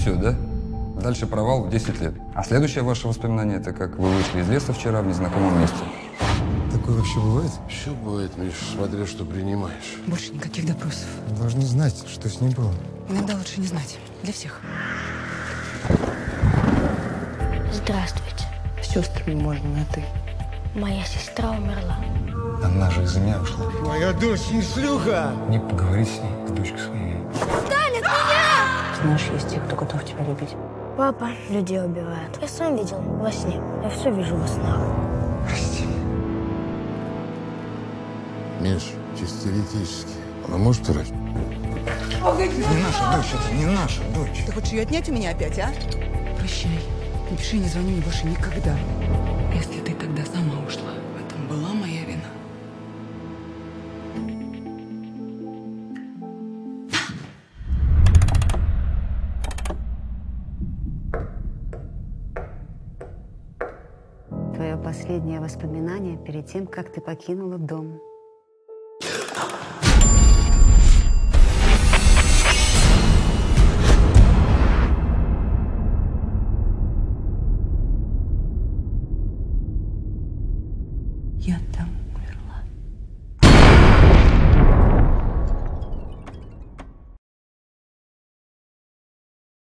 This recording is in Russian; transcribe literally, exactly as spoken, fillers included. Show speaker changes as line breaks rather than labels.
все, да? Дальше провал в десять лет. А следующее ваше воспоминание – это как вы вышли из леса вчера в незнакомом месте.
Такое вообще бывает?
Все бывает, Миш, смотря что принимаешь.
Больше никаких допросов.
Вы должны знать, что с ним было.
Иногда лучше не знать. Для всех.
Здравствуйте.
С сестрами можно на «ты».
Моя сестра умерла.
Она же из-за меня ушла.
Моя дочь не шлюха!
Не поговори с ней, с дочкой своей.
Знаешь, есть те, кто готов тебя любить.
Папа людей убивает. Я сам видел во сне. Я все вижу во снах.
Прости.
Миш, чисто теоретически. Она может врать?
Не наша дочь, это не наша дочь.
Ты хочешь ее отнять у меня опять, а? Прощай. Не пиши, не звони мне больше никогда. Если ты тогда сама ушла, в этом была моя вина.
Твое последнее воспоминание перед тем, как ты покинула дом.